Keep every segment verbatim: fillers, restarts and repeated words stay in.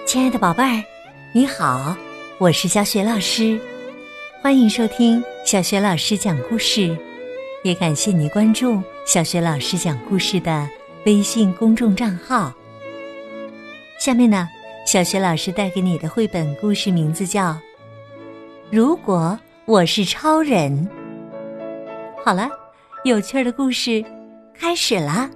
亲爱的宝贝儿，你好，我是小雪老师，欢迎收听小雪老师讲故事，也感谢你关注小雪老师讲故事的微信公众账号。下面呢，小雪老师带给你的绘本故事名字叫《如果我是超人》。好了，有趣的故事开始啦！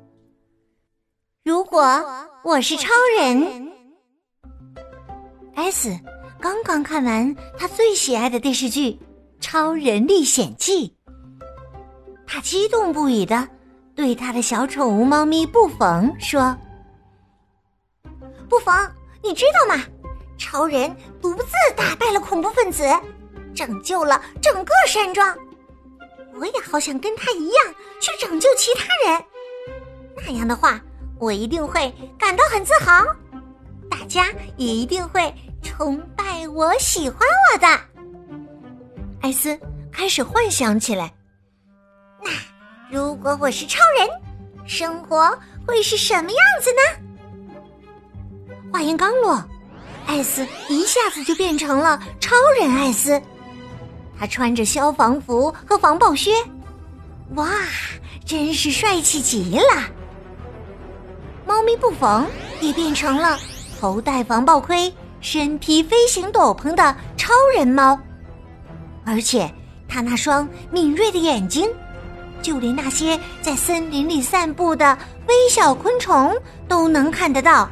如果我是超人。S 刚刚看完他最喜爱的电视剧《超人历险记》，他激动不已地对他的小宠物猫咪布冯说：布冯，你知道吗？超人独自打败了恐怖分子，拯救了整个山庄。我也好想跟他一样去拯救其他人，那样的话我一定会感到很自豪，大家也一定会崇拜我、喜欢我的。艾斯开始幻想起来，那如果我是超人，生活会是什么样子呢？话音刚落，艾斯一下子就变成了超人艾斯。他穿着消防服和防爆靴，哇，真是帅气极了。猫咪布冯也变成了头戴防爆盔、身披飞行斗篷的超人猫，而且他那双敏锐的眼睛，就连那些在森林里散步的微小昆虫都能看得到。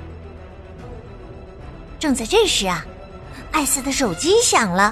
正在这时啊，艾斯的手机响了。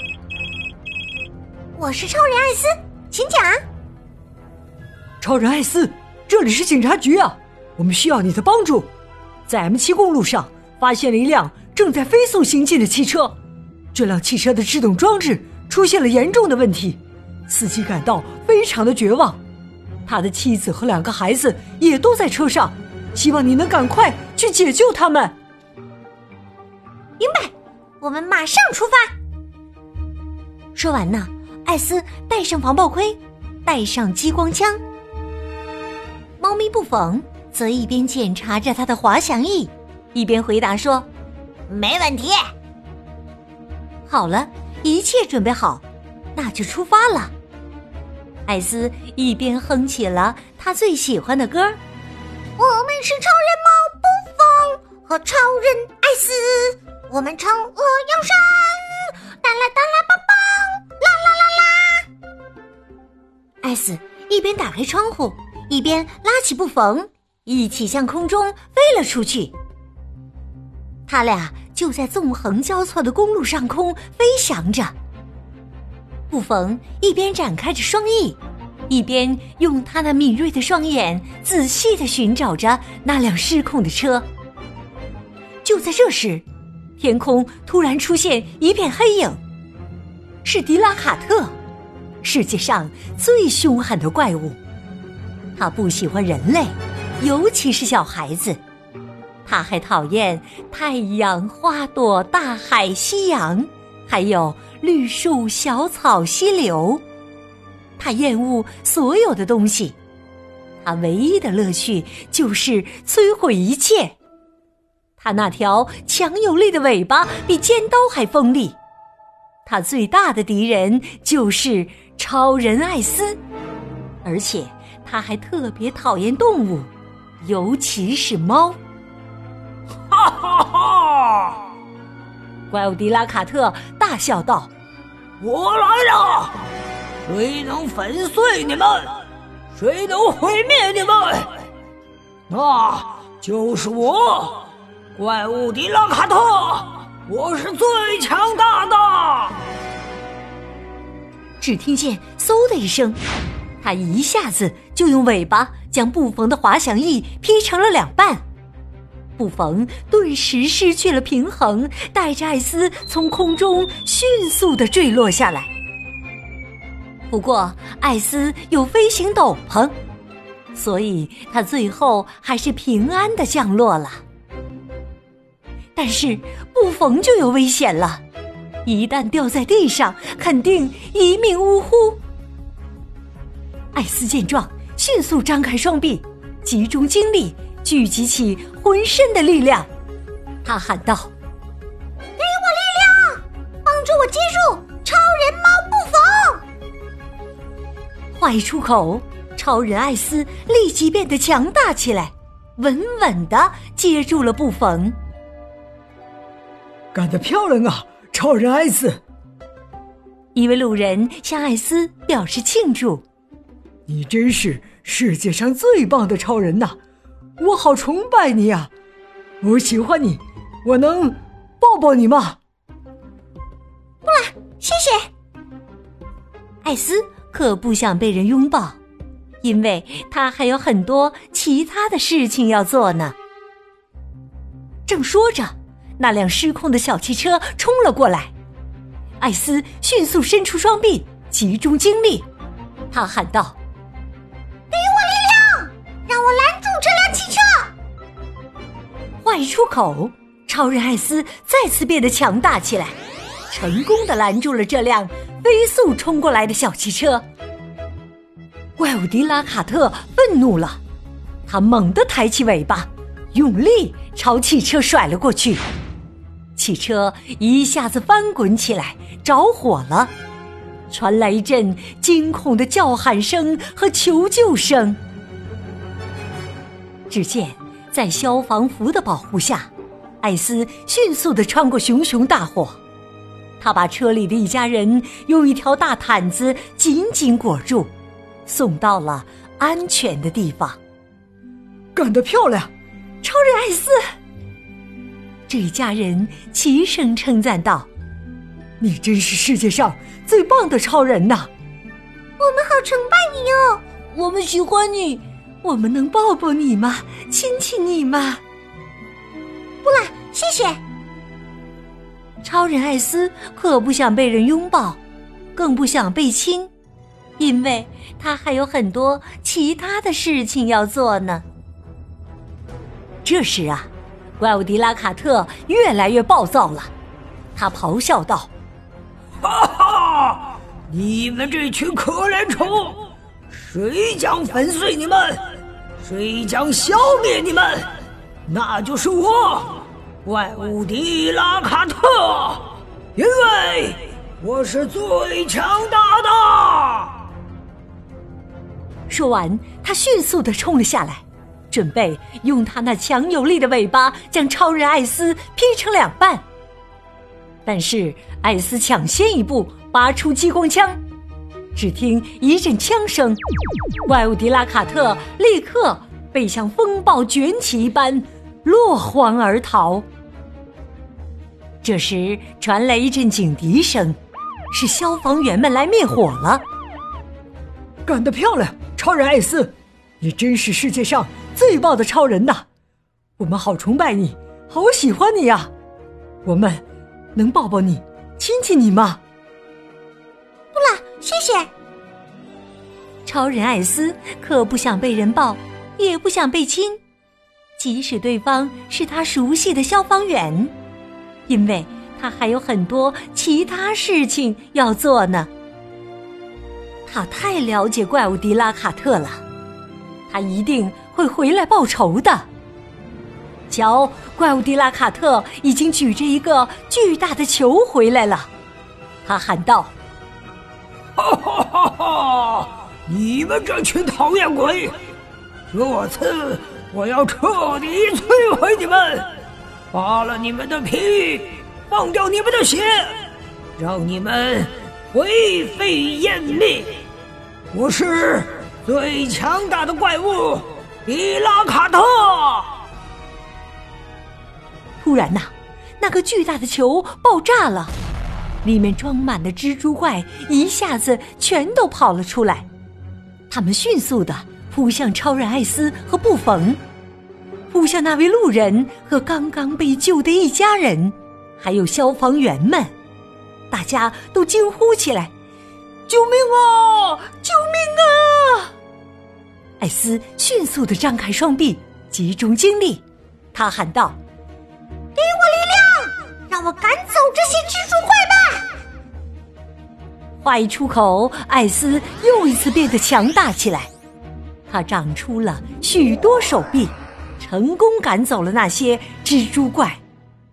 我是超人艾斯，请讲。 超人艾斯，这里是警察局啊，我们需要你的帮助。在 M 七 公路上发现了一辆正在飞速行进的汽车，这辆汽车的制动装置出现了严重的问题，司机感到非常的绝望，他的妻子和两个孩子也都在车上，希望你能赶快去解救他们。 明白，我们马上出发。说完呢，艾斯戴上防爆盔，带上激光枪。猫咪布冯则一边检查着他的滑翔翼，一边回答说：没问题。好了，一切准备好，那就出发了。艾斯一边哼起了他最喜欢的歌，我们是超人猫布冯和超人艾斯，我们惩恶扬善，哒啦哒啦棒棒，啦啦啦啦。艾斯一边打开窗户，一边拉起布冯，一起向空中飞了出去。他俩就在纵横交错的公路上空飞翔着。布冯一边展开着双翼，一边用他那敏锐的双眼仔细地寻找着那辆失控的车。就在这时，天空突然出现一片黑影，是迪拉卡特，世界上最凶悍的怪物。他不喜欢人类，尤其是小孩子。他还讨厌太阳、花朵、大海、夕阳，还有绿树、小草、溪流。他厌恶所有的东西，他唯一的乐趣就是摧毁一切。他那条强有力的尾巴比尖刀还锋利。他最大的敌人就是超人艾斯，而且他还特别讨厌动物，尤其是猫。 哈哈哈！ 怪物迪拉卡特大笑道： 我来了！谁能粉碎你们？谁能毁灭你们？那就是我，怪物迪拉卡特！我是最强大的！ 只听见嗖的一声，他一下子就用尾巴将布冯的滑翔翼劈成了两半。布冯顿时失去了平衡，带着艾斯从空中迅速地坠落下来。不过艾斯有飞行斗篷，所以他最后还是平安地降落了。但是布冯就有危险了，一旦掉在地上，肯定一命呜呼。艾斯见状，迅速张开双臂，集中精力，聚集起浑身的力量， 他喊道：“ 给我力量，帮助我接住超人猫布冯！” 话一出口，超人艾斯立即变得强大起来，稳稳地接住了布冯。 干得漂亮啊，超人艾斯！ 一位路人向艾斯表示庆祝：“ 你真是世界上最棒的超人呐！我好崇拜你呀！我喜欢你，我能抱抱你吗？” 不了，谢谢。 艾斯可不想被人拥抱，因为他还有很多其他的事情要做呢。正说着，那辆失控的小汽车冲了过来。艾斯迅速伸出双臂，集中精力，他喊道：“ 给我力量，让我拦住这辆汽车！” 话一出口，超人艾斯再次变得强大起来，成功地拦住了这辆飞速冲过来的小汽车。怪物迪拉卡特愤怒了，他猛地抬起尾巴，用力朝汽车甩了过去。汽车一下子翻滚起来，着火了，传来一阵惊恐的叫喊声和求救声。只见在消防服的保护下，艾斯迅速地穿过熊熊大火，他把车里的一家人用一条大毯子紧紧裹住，送到了安全的地方。 干得漂亮， 超人艾斯！这一家人齐声称赞道：“你真是世界上最棒的超人呐！ 我们好崇拜你哦！ 我们喜欢你，我们能抱抱你吗？亲亲你吗？” 不了，谢谢。 超人艾斯可不想被人拥抱，更不想被亲，因为他还有很多其他的事情要做呢。这时啊，怪物迪拉卡特越来越暴躁了，他咆哮道：“ 哈哈！你们这群可怜虫，谁将粉碎你们？谁将消灭你们？那就是我，怪物迪拉卡特，因为我是最强大的！” 说完，他迅速地冲了下来，准备用他那强有力的尾巴将超人艾斯劈成两半。但是艾斯抢先一步拔出激光枪，只听一阵枪声，怪物迪拉卡特立刻被像风暴卷起一般落荒而逃。这时传来一阵警笛声，是消防员们来灭火了。 干得漂亮，超人艾斯！你真是世界上最棒的超人呐！我们好崇拜你，好喜欢你呀！我们能抱抱你，亲亲你吗？ 不了，谢谢。 超人艾斯可不想被人抱，也不想被亲，即使对方是他熟悉的消防员，因为他还有很多其他事情要做呢。他太了解怪物迪拉卡特了，他一定会回来报仇的。瞧，怪物迪拉卡特已经举着一个巨大的球回来了，他喊道：“ 哈哈哈哈！你们这群讨厌鬼，这次我要彻底摧毁你们，扒了你们的皮，放掉你们的血，让你们灰飞烟灭！我是最强大的怪物迪拉卡特！” 突然呐、啊，那个巨大的球爆炸了，里面装满的蜘蛛怪一下子全都跑了出来，他们迅速地扑向超人艾斯和布冯，扑向那位路人和刚刚被救的一家人，还有消防员们，大家都惊呼起来：“救命啊！救命啊！”艾斯迅速地张开双臂，集中精力，他喊道：“ 给我力量，让我赶走这些蜘蛛怪吧！” 话一出口，艾斯又一次变得强大起来，他长出了许多手臂，成功赶走了那些蜘蛛怪，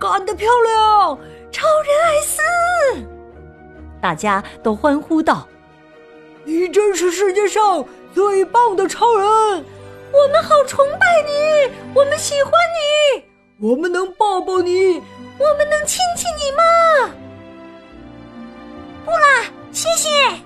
干得漂亮， 超人艾斯！ 大家都欢呼道：“你真是世界上最棒的超人！ 我们好崇拜你，我们喜欢你， 我们能抱抱你， 我们能亲亲你吗？”不啦，谢谢。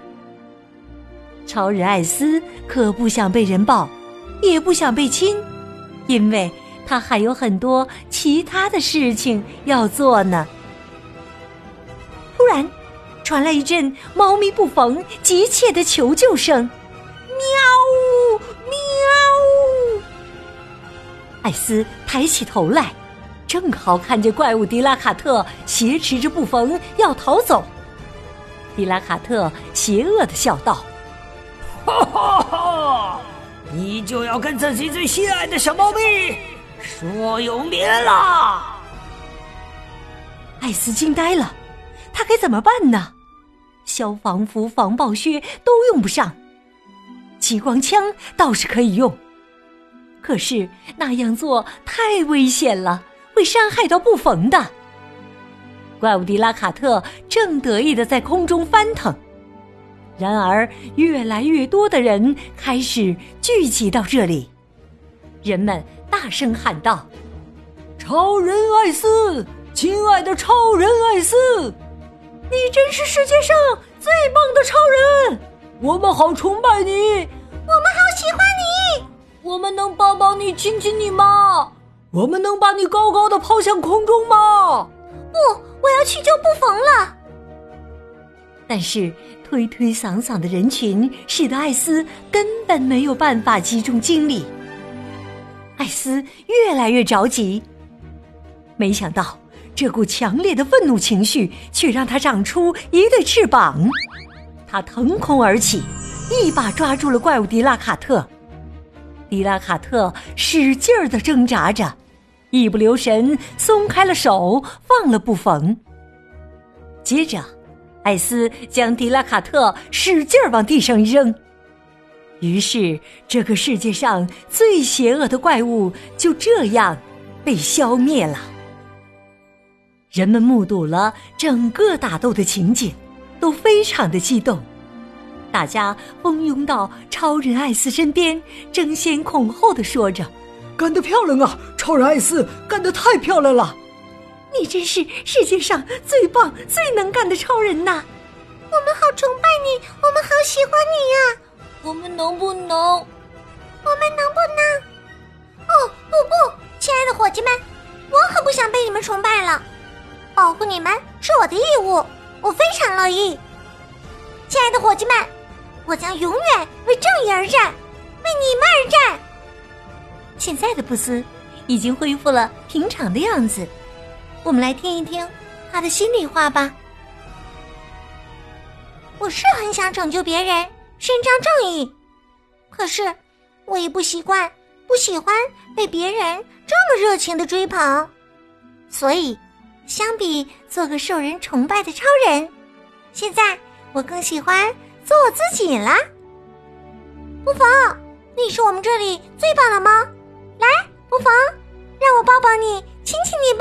超人艾斯可不想被人抱，也不想被亲，因为他还有很多其他的事情要做呢。 突然传来一阵猫咪不逢急切的求救声，喵喵！ 艾斯抬起头来，正好看见怪物迪拉卡特挟持着布冯要逃走。迪拉卡特邪恶地笑道：“ 哈哈哈！你就要跟自己最心爱的小猫咪说永别啦！” 艾斯惊呆了，他该怎么办呢？消防服、防爆靴都用不上，激光枪倒是可以用，可是那样做太危险了，会伤害到布冯的。怪物迪拉卡特正得意地在空中翻腾，然而越来越多的人开始聚集到这里，人们大声喊道：“ 超人艾斯，亲爱的超人艾斯， 你真是世界上最棒的超人！ 我们好崇拜你， 我们好喜欢你， 我们能抱抱你、亲亲你吗？我们能把你高高的抛向空中吗？” 不，我要去救布冯了。 但是推推搡搡的人群使得艾斯根本没有办法集中精力。艾斯越来越着急，没想到这股强烈的愤怒情绪却让他长出一对翅膀。他腾空而起，一把抓住了怪物迪拉卡特。迪拉卡特使劲儿地挣扎着，一不留神松开了手，放了布冯。接着艾斯将迪拉卡特使劲儿往地上一扔，于是这个世界上最邪恶的怪物就这样被消灭了。人们目睹了整个打斗的情景，都非常的激动，大家蜂拥到超人艾斯身边，争先恐后地说着：“ 干得漂亮啊，超人艾斯，干得太漂亮了！ 你真是世界上最棒、最能干的超人呐！我们好崇拜你，我们好喜欢你呀！ 我们能不能？ 我们能不能？哦，不不，亲爱的伙计们，我可不想被你们崇拜了。保护你们是我的义务，我非常乐意。亲爱的伙计们，我将永远为正义而战，为你们而战。”现在的布斯已经恢复了平常的样子，我们来听一听他的心里话吧。我是很想拯救别人，伸张正义，可是我也不习惯、不喜欢被别人这么热情的追捧，所以相比做个受人崇拜的超人，现在我更喜欢做我自己啦。布冯，你是我们这里最棒的猫，来，布冯，让我抱抱你，亲亲你吧。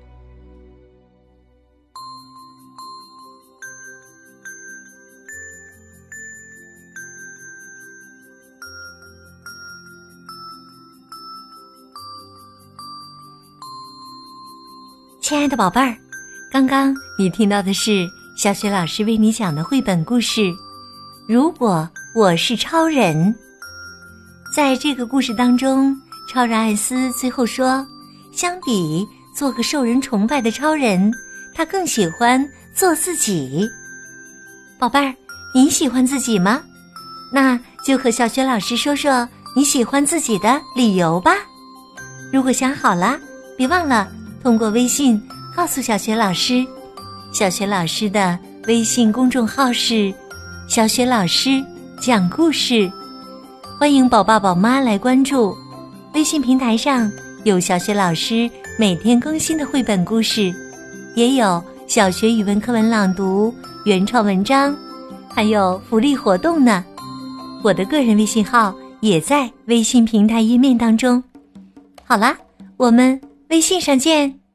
亲爱的宝贝儿，刚刚你听到的是小雪老师为你讲的绘本故事《如果我是超人》。在这个故事当中，超人艾斯最后说，相比做个受人崇拜的超人，他更喜欢做自己。宝贝儿，你喜欢自己吗？那就和小雪老师说说你喜欢自己的理由吧。如果想好了，别忘了通过微信告诉小雪老师。小雪老师的微信公众号是小雪老师讲故事，欢迎宝爸宝妈来关注。微信平台上有小雪老师每天更新的绘本故事，也有小学语文课文朗读、原创文章，还有福利活动呢。我的个人微信号也在微信平台页面当中。好啦，我们微信上见。